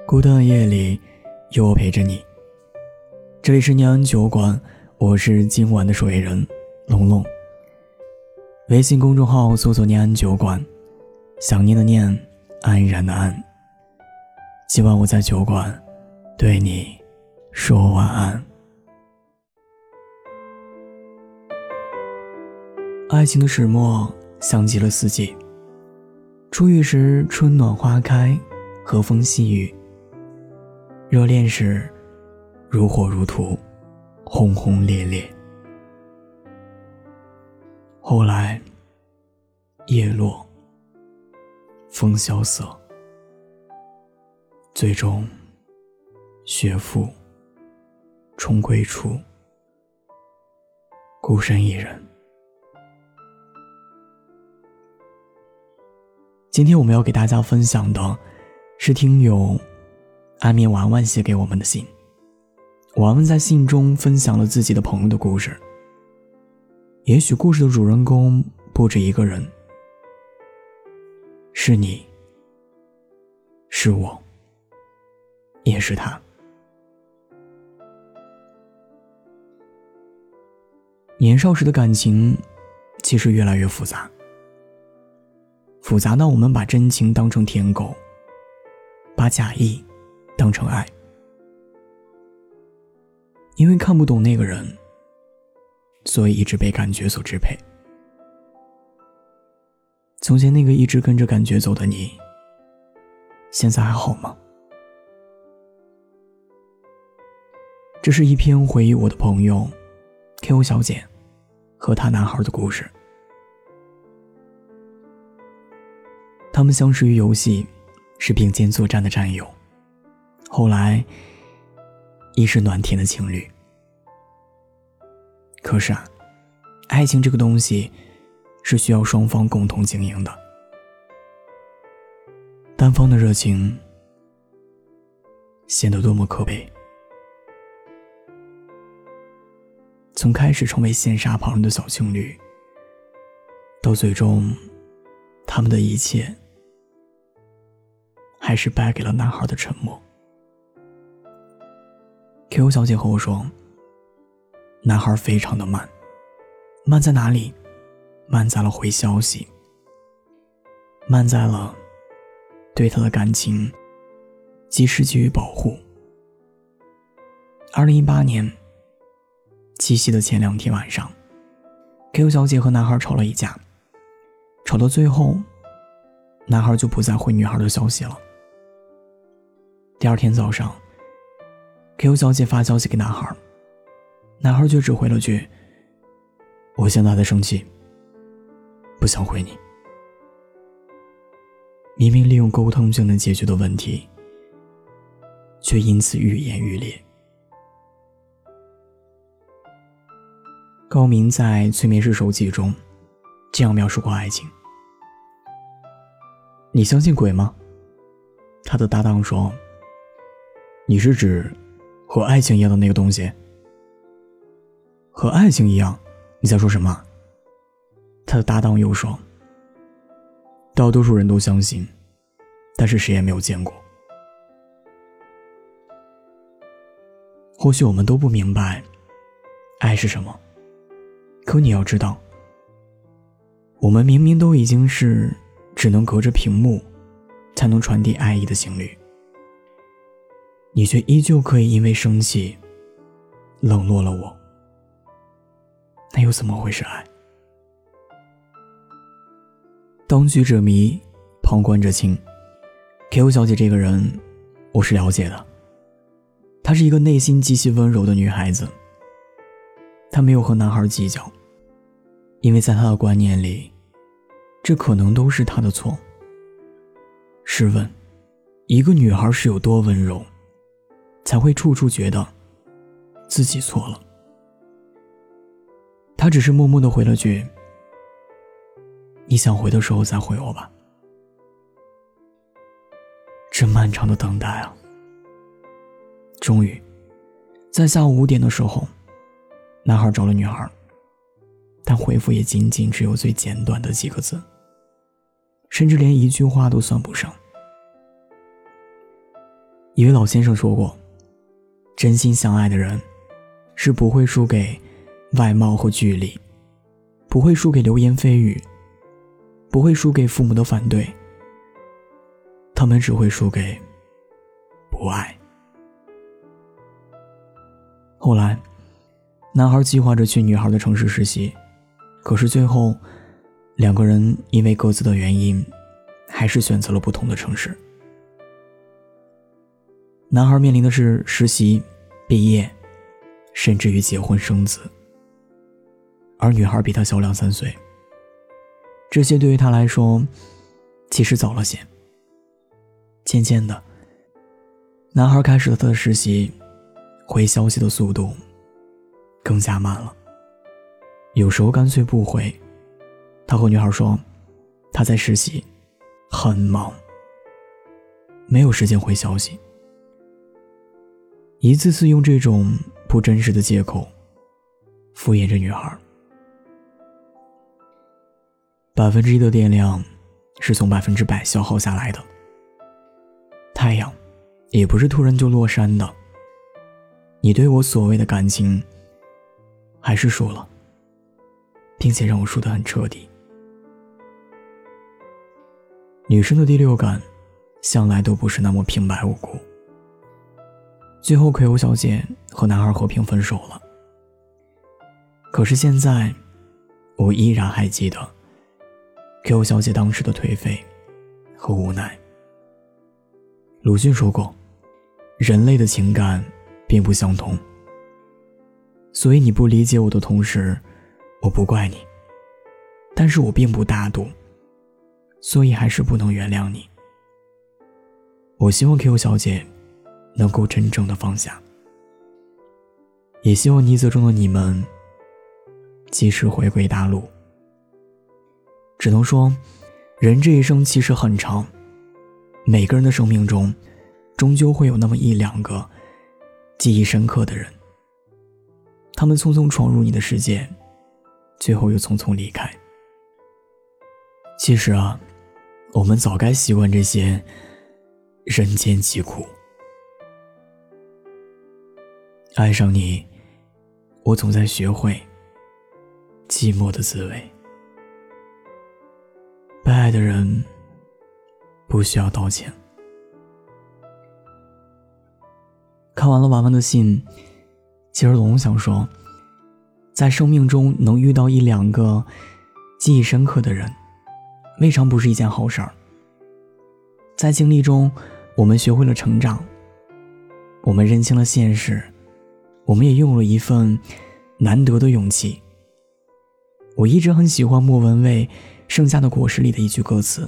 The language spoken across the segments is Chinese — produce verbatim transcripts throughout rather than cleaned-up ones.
孤单的夜里，有我陪着你。这里是念安酒馆，我是今晚的守夜人龙龙。微信公众号搜索念安酒馆，想念的念，安然的安。今晚我在酒馆对你说晚安。爱情的始末像极了四季，初遇时春暖花开，和风细雨；热恋时如火如荼，轰轰烈烈。后来叶落，风萧瑟，最终雪复重归处，孤身一人。今天我们要给大家分享的是听友安眠丸丸写给我们的信。丸丸在信中分享了自己的朋友的故事。也许故事的主人公不止一个人，是你，是我，也是他。年少时的感情其实越来越复杂，复杂到我们把真情当成舔狗，把假意当成爱。因为看不懂那个人，所以一直被感觉所支配。从前那个一直跟着感觉走的你，现在还好吗？这是一篇回忆我的朋友 Q 小姐和她男孩的故事。他们相识于游戏，是并肩作战的战友，后来亦是暖甜的情侣。可是啊，爱情这个东西是需要双方共同经营的，单方的热情显得多么可悲。从开始成为羡煞旁人的小情侣，到最终他们的一切还是败给了男孩的沉默。 Q 小姐和我说，男孩非常的慢，慢在哪里？慢在了回消息，慢在了对他的感情及时给予保护。二零一八年七夕的前两天晚上， Q 小姐和男孩吵了一架，吵到最后男孩就不再回女孩的消息了。第二天早上， Q 小姐发消息给男孩，男孩却只回了句，我现在还在生气，不想回你。明明利用沟通就能解决的问题，却因此愈演愈烈。高明在《催眠师手记》中这样描述过爱情，你相信鬼吗？他的搭档说，你是指和爱情一样的那个东西？和爱情一样？你在说什么？他的搭档又说，大多数人都相信，但是谁也没有见过。或许我们都不明白爱是什么，可你要知道，我们明明都已经是只能隔着屏幕才能传递爱意的情侣，你却依旧可以因为生气冷落了我，那又怎么会是爱？当局者迷，旁观者清。 Q 小姐这个人我是了解的，她是一个内心极其温柔的女孩子。她没有和男孩计较，因为在她的观念里，这可能都是她的错。试问，一个女孩是有多温柔，才会处处觉得自己错了？她只是默默地回了句，你想回的时候再回我吧。这漫长的等待啊！终于在下午五点的时候，男孩找了女孩，但回复也仅仅只有最简短的几个字，甚至连一句话都算不上。 一位老先生说过，真心相爱的人是不会输给外貌和距离，不会输给流言蜚语，不会输给父母的反对，他们只会输给不爱。后来男孩计划着去女孩的城市实习，可是最后两个人因为各自的原因还是选择了不同的城市。男孩面临的是实习、毕业，甚至于结婚生子，而女孩比他小两三岁，这些对于他来说其实早了些。渐渐的，男孩开始了他的实习，回消息的速度更加慢了，有时候干脆不回。他和女孩说他在实习，很忙，没有时间回消息，一次次用这种不真实的借口敷衍着女孩。百分之一的电量是从百分之百消耗下来的，太阳也不是突然就落山的，你对我所谓的感情还是输了，并且让我输得很彻底。女生的第六感向来都不是那么平白无故。最后葵欧小姐和男孩和平分手了，可是现在我依然还记得葵欧小姐当时的颓废和无奈。鲁迅说过，人类的情感并不相同，所以你不理解我的同时，我不怪你，但是我并不大度，所以还是不能原谅你。我希望 Q 小姐能够真正的放下，也希望泥泽中的你们及时回归大陆。只能说，人这一生其实很长，每个人的生命中终究会有那么一两个记忆深刻的人，他们匆匆闯入你的世界，最后又匆匆离开。其实啊，我们早该习惯这些人间疾苦。爱上你，我总在学会寂寞的滋味。被爱的人不需要道歉。看完了婉婉的信，其实龙想说，在生命中能遇到一两个记忆深刻的人，未尝不是一件好事儿。在经历中，我们学会了成长，我们认清了现实，我们也拥有了一份难得的勇气。我一直很喜欢莫文蔚《盛夏的果实》里的一句歌词，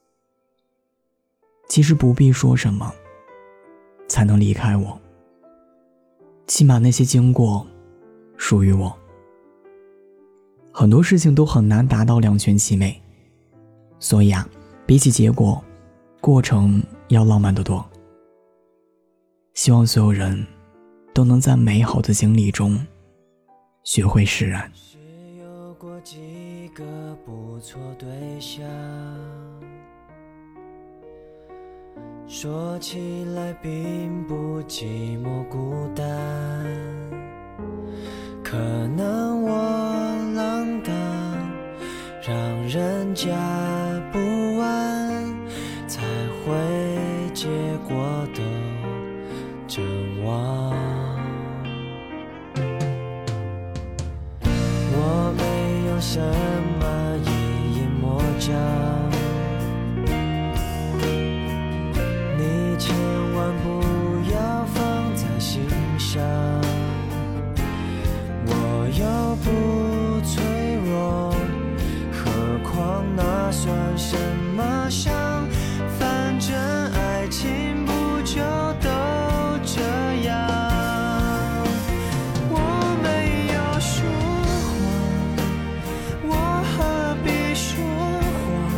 其实不必说什么才能离开我，起码那些经过属于我。很多事情都很难达到两全其美，所以啊，比起结果，过程要浪漫得多。希望所有人都能在美好的经历中学会释然。 是有过几个不错对象，说起来并不寂寞孤单，可能我浪荡，让人家不安，才会结果都真忘。我没有什么一眼魔障，你千万不要放在心上，我又不脆弱，何况那算什么伤？反正爱情不就都这样？我没有说谎，我何必说谎？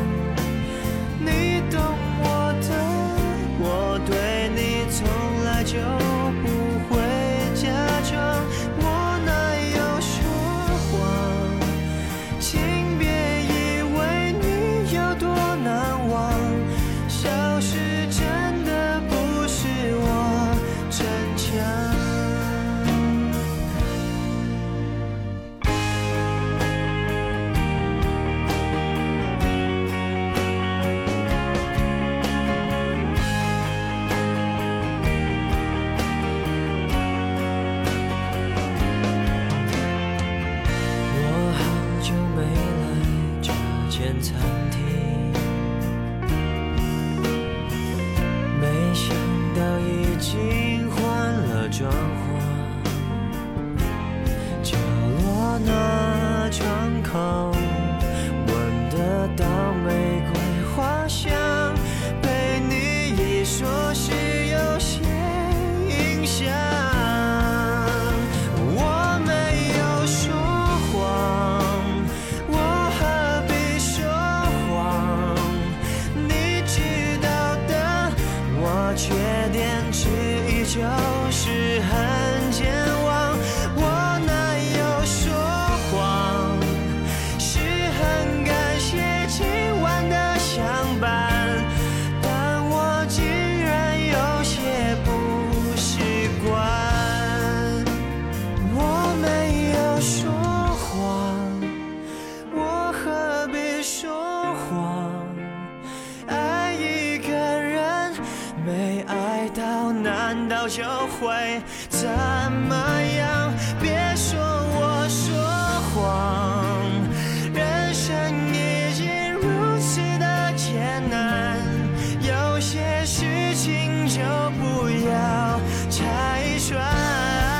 缺点之一就是很健忘，我哪有说谎？是很感谢今晚的相伴，但我竟然有些不习惯。我没有说谎，我何必说谎？爱一个人没爱到，难道就会怎么样？别说我说谎，人生已经如此的艰难，有些事情就不要拆穿。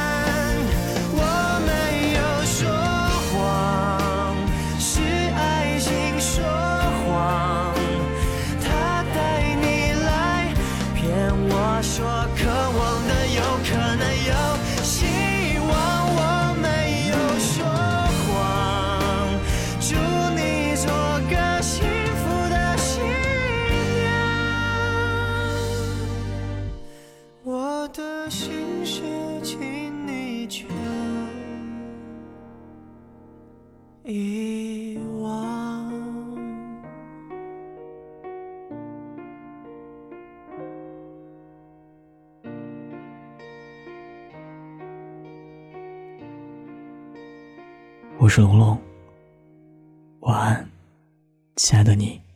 我没有说谎，是爱情说谎，他带你来骗我说渴望的有可能有希望。我没有说谎，祝你做个幸福的新娘，我的心事请你就遗忘。 我是龙龙，晚安，亲爱的你。